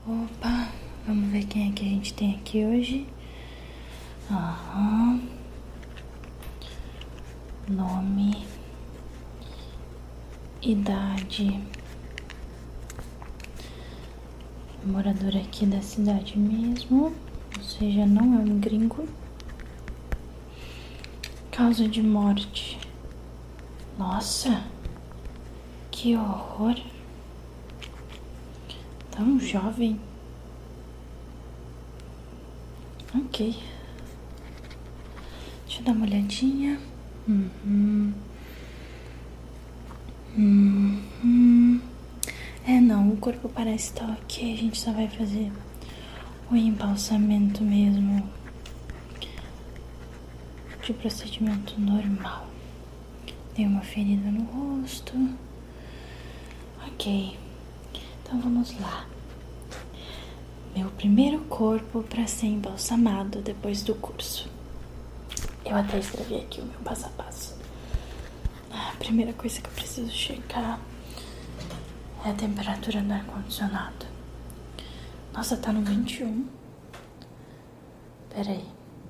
Opa, vamos ver quem é que a gente tem aqui hoje. Nome, idade, morador aqui da cidade mesmo, ou seja, não é um gringo. Causa de morte. Nossa, que horror. Tão jovem. Ok. Deixa eu dar uma olhadinha. Não, o corpo parece estar ok. A gente só vai fazer o embalsamento mesmo, de procedimento normal. Tem uma ferida no rosto. Ok. Então vamos lá. Meu primeiro corpo para ser embalsamado depois do curso. Eu até escrevi aqui o meu passo a passo. A primeira coisa que eu preciso checar é a temperatura do ar-condicionado. Nossa, tá no 21. Pera aí.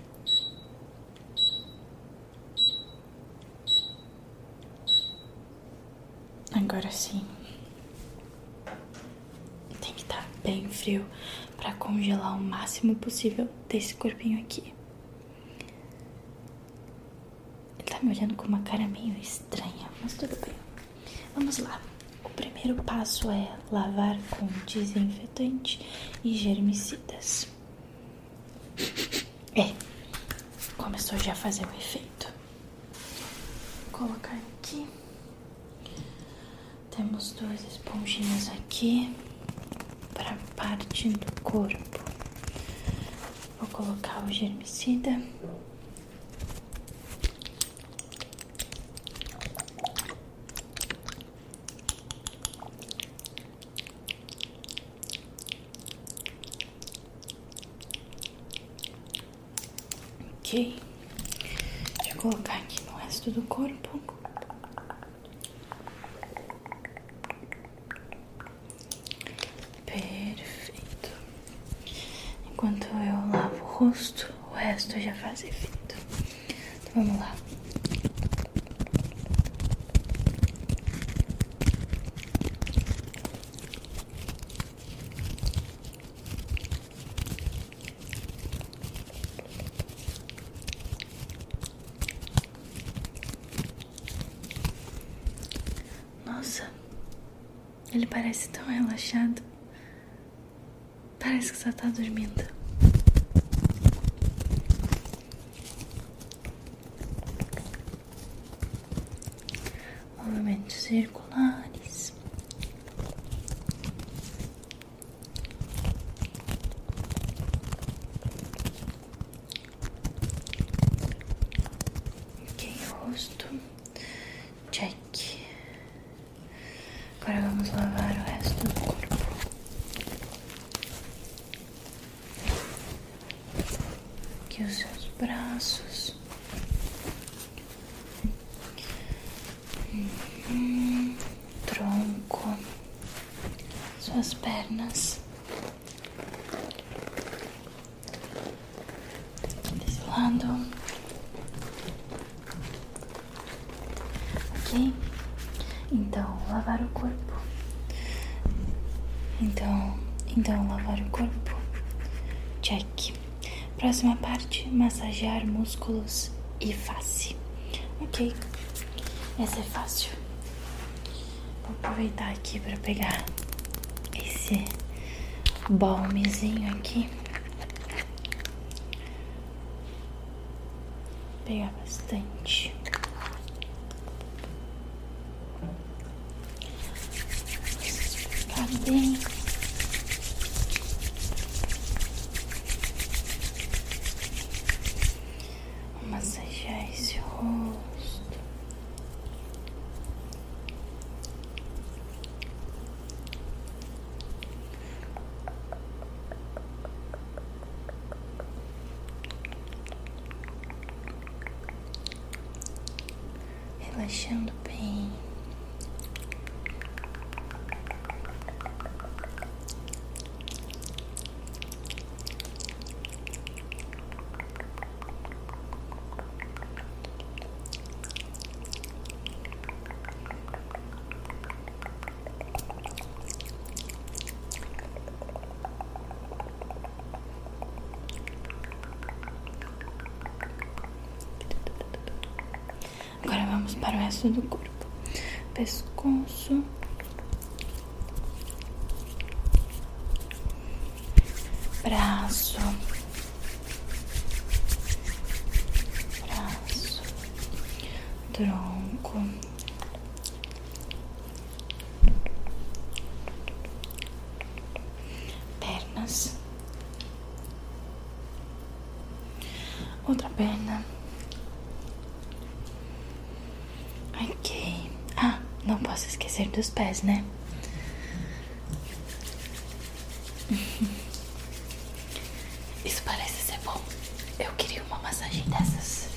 Agora sim. Tem que estar bem frio pra congelar o máximo possível desse corpinho aqui. Ele tá me olhando com uma cara meio estranha, mas tudo bem. Vamos lá. O primeiro passo é lavar com desinfetante e germicidas. Começou já a fazer o efeito. Vou colocar aqui. Temos 2 esponjinhas aqui para parte do corpo. Vou colocar o germicida. Ok. Deixa eu colocar aqui no resto do corpo. Perfeito. Enquanto eu lavo o rosto, o resto já faz efeito. Então vamos lá. Nossa, ele parece tão relaxado. Parece que só tá dormindo. Movimentos circulares. Ok, rosto. Check. Agora vamos lavar o resto do corpo. Aqui os seus braços. Tronco. Suas pernas. Desse lado. Ok? Então, lavar o corpo. Então, lavar o corpo. Check. Próxima parte, massagear músculos e face. Ok. Essa é fácil. Vou aproveitar aqui para pegar esse balmezinho aqui. Pegar bastante. Ficar bem. Vou massagear esse rosto. Relaxando bem. para o resto do corpo. Pescoço, braço, tronco, pernas, outra perna. Ok. Ah, não posso esquecer dos pés, né? Isso parece ser bom. Eu queria uma massagem dessas.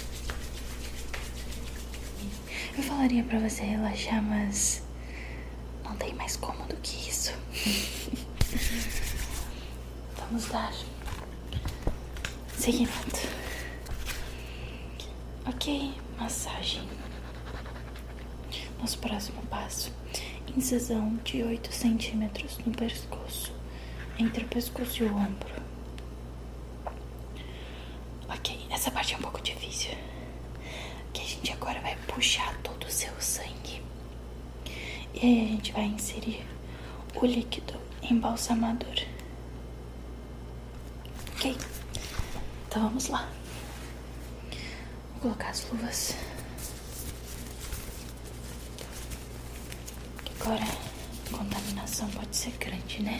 Eu falaria pra você relaxar, mas não tem mais cômodo que isso. Vamos dar seguimento. Ok, massagem. Nosso próximo passo: incisão de 8 centímetros no pescoço, entre o pescoço e o ombro. Ok, essa parte é um pouco difícil, que a gente agora vai puxar todo o seu sangue e aí a gente vai inserir o líquido embalsamador. Ok, então vamos lá. Vou colocar as luvas. Agora a contaminação pode ser grande, né?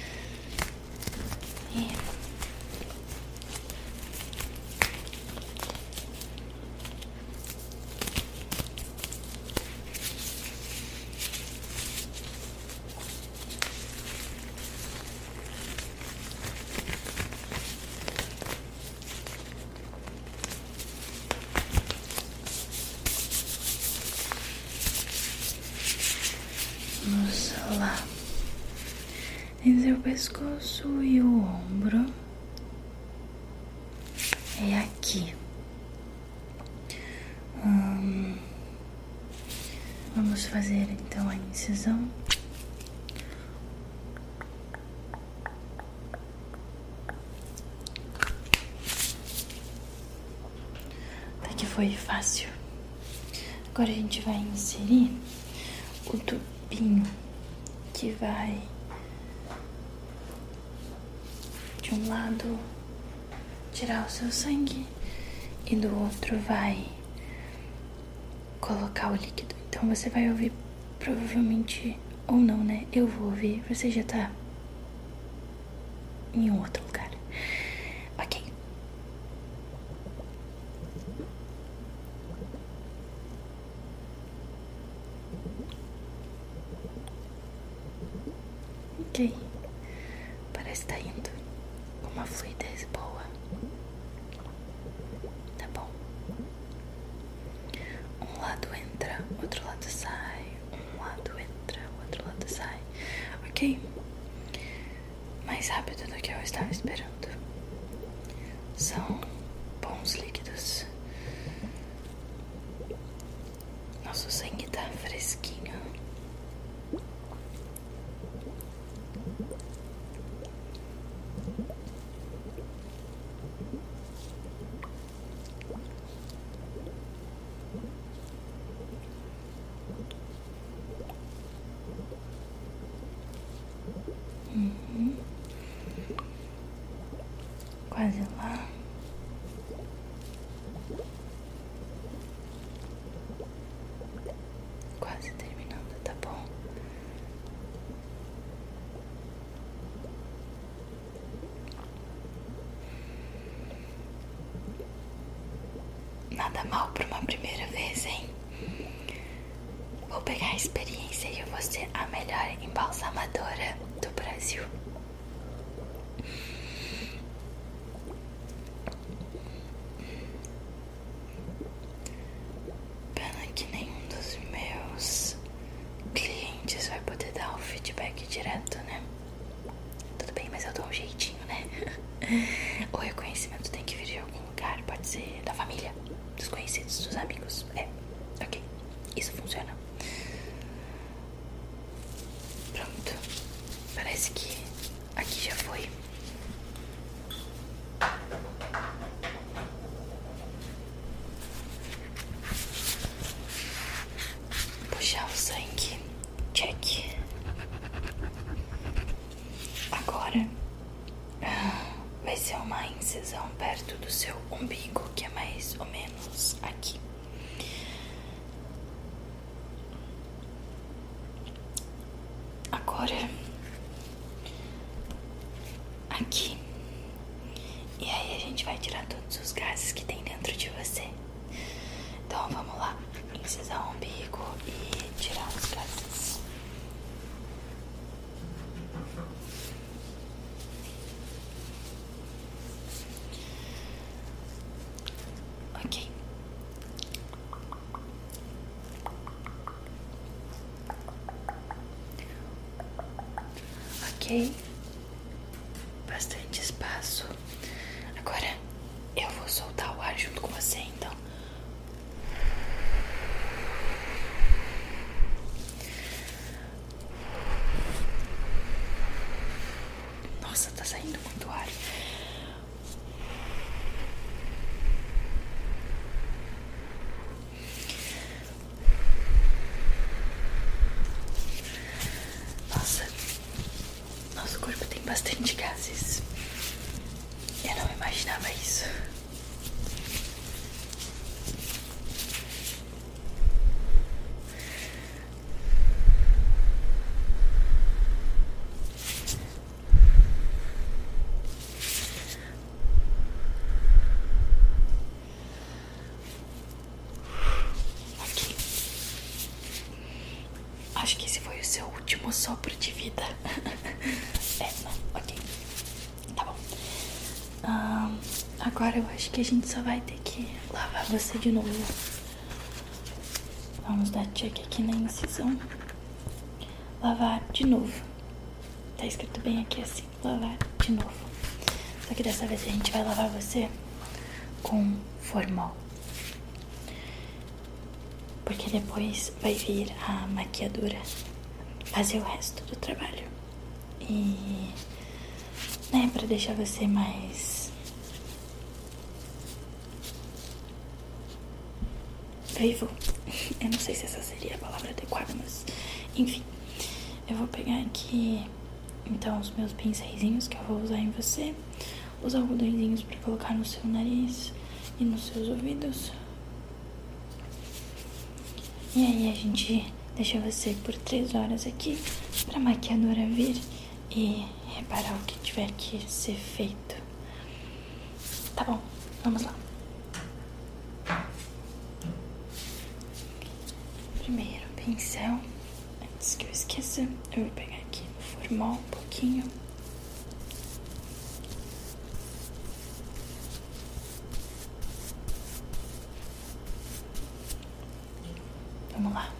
Vamos lá. Entre o pescoço e o ombro é aqui. Vamos fazer então a incisão. Até que foi fácil. Agora a gente vai inserir o tubinho que vai de um lado tirar o seu sangue e do outro vai colocar o líquido. Então você vai ouvir, provavelmente, ou não, né? Eu vou ouvir, você já tá em um outro lugar. Ok. Ok. Parece que tá indo com uma fluidez boa. Tá bom. Um lado entra, outro lado sai. Um lado entra, outro lado sai. Ok? Mais rápido do que eu estava esperando. São bons líquidos. Nosso sangue tá fresquinho. Quase lá. Quase terminando, tá bom? Nada mal pra uma primeira vez, hein? Vou pegar a experiência e eu vou ser a melhor embalsamadora do Brasil. Pena que nenhum dos meus clientes vai poder dar o feedback direto, né? Tudo bem, mas eu dou um jeitinho, né? O reconhecimento tem que vir de algum lugar. Pode ser da família, dos conhecidos, dos amigos. É, ok. Isso funciona. Pronto. Parece que aqui já foi. Agora vai ser uma incisão perto do seu umbigo, que é mais ou menos aqui. Agora aqui. E aí a gente vai tirar todos os gases que tem dentro de você. Então vamos lá, incisão umbigo e tirar os gases. Ok. Ok. Bastante espaço. Agora eu vou soltar o ar junto com você, então. Nossa, tá saindo muito ar. Nossa, nosso corpo tem bastante gases. Eu não imaginava isso. Ok. Acho que esse foi o seu último sopro de vida. Não, ok. Tá bom. Agora eu acho que a gente só vai ter que lavar você de novo. Vamos dar check aqui na incisão. Lavar de novo. Tá escrito bem aqui assim, lavar de novo. Só que dessa vez a gente vai lavar você com formol. Porque depois vai vir a maquiadora fazer o resto do trabalho. E, né, pra deixar você mais vivo. Eu não sei se essa seria a palavra adequada, mas enfim. Eu vou pegar aqui então os meus pincéisinhos que eu vou usar em você, os algodõezinhos pra colocar no seu nariz e nos seus ouvidos. E aí a gente deixa você por 3 horas aqui pra maquiadora vir e reparar o que tiver que ser feito. Tá bom, vamos lá. Primeiro pincel, antes que eu esqueça, eu vou pegar aqui no formol um pouquinho. Vamos lá.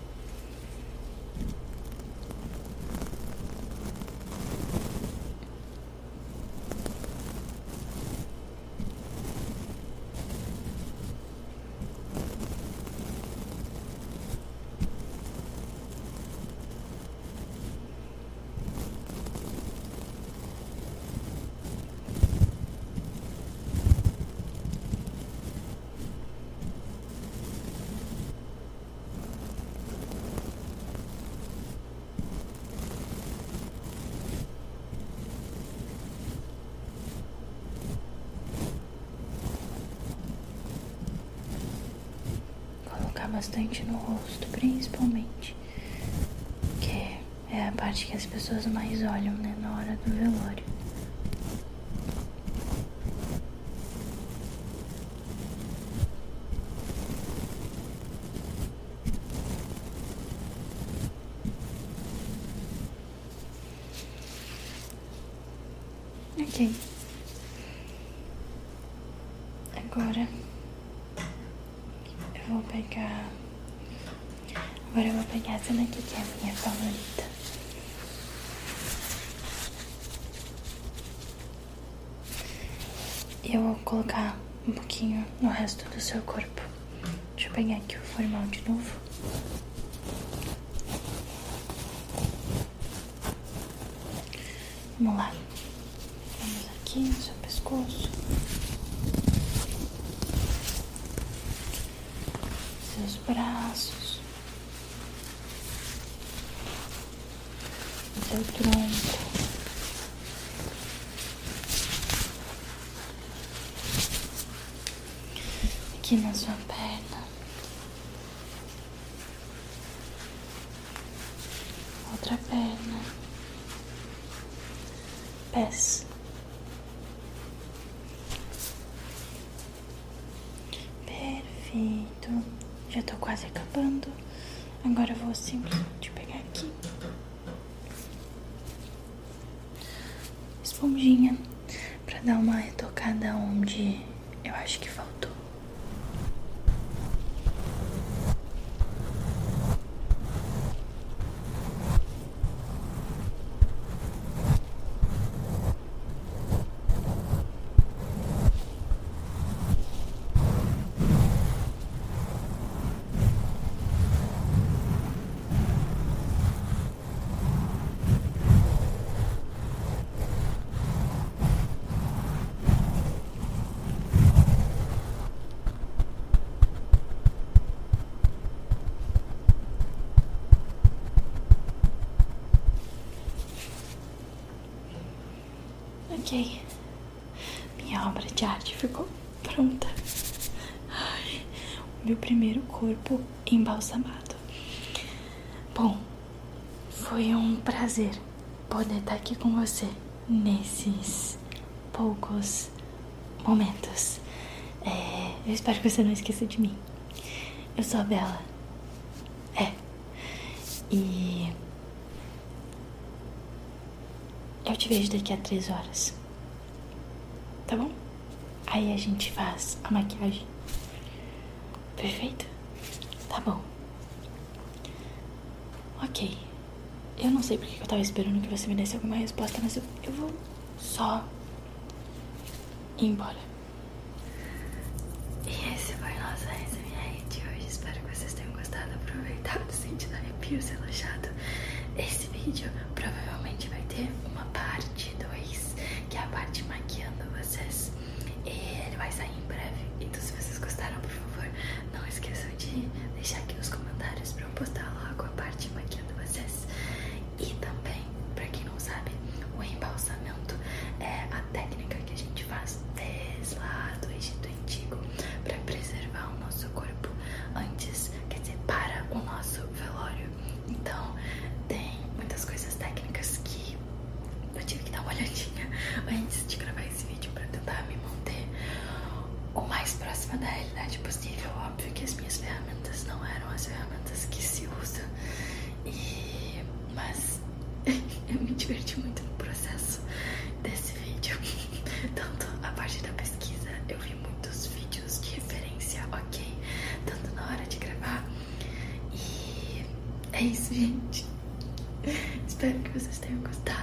Bastante no rosto, principalmente, que é a parte que as pessoas mais olham, né, na hora do velório. Ok. Agora eu vou pegar. Agora eu vou pegar essa daqui que é a minha favorita. E eu vou colocar um pouquinho no resto do seu corpo. Deixa eu pegar aqui o formol de novo. Vamos lá. Vamos aqui no seu pescoço. Seus braços. O seu tronco. aqui na sua perna. Outra perna. Pés. Perfeito. Já tô quase acabando. Agora eu vou simplesmente pegar aqui esponjinha pra dar uma retocada onde eu acho que faltou. Ok, minha obra de arte ficou pronta. Ai, o meu primeiro corpo embalsamado. Bom, foi um prazer poder estar aqui com você nesses poucos momentos. Eu espero que você não esqueça de mim. Eu sou a Bela. E eu te vejo daqui a 3 horas. Tá bom? Aí a gente faz a maquiagem. Perfeito? Tá bom. Ok. Eu não sei porque eu tava esperando que você me desse alguma resposta, mas eu vou só ir embora. E esse foi o nosso ASMR de hoje. Espero que vocês tenham gostado, aproveitado, sentido arrepios, relaxado. Esse vídeo provavelmente vai ter uma parte 2, que é a parte maquiando vocês. E ele vai sair em breve. Então se vocês gostaram, por favor, não esqueçam de deixar aqui nos comentários pra eu postar logo a parte maquiando vocês. E também, pra quem não sabe, o embalsamento é a técnica que a gente faz desde lá do Egito Antigo pra preservar o nosso corpo antes, quer dizer, para o nosso velório. Então tem muitas coisas técnicas que eu tive que dar uma olhadinha antes de gravar esse vídeo pra tentar me manter o mais próxima da realidade possível. Óbvio que as minhas ferramentas não eram as ferramentas que se usam, mas eu me diverti muito no processo desse vídeo. Tanto a parte da pesquisa, eu vi muitos vídeos de referência, ok? Tanto na hora de gravar. E é isso, gente. Espero que vocês tenham gostado.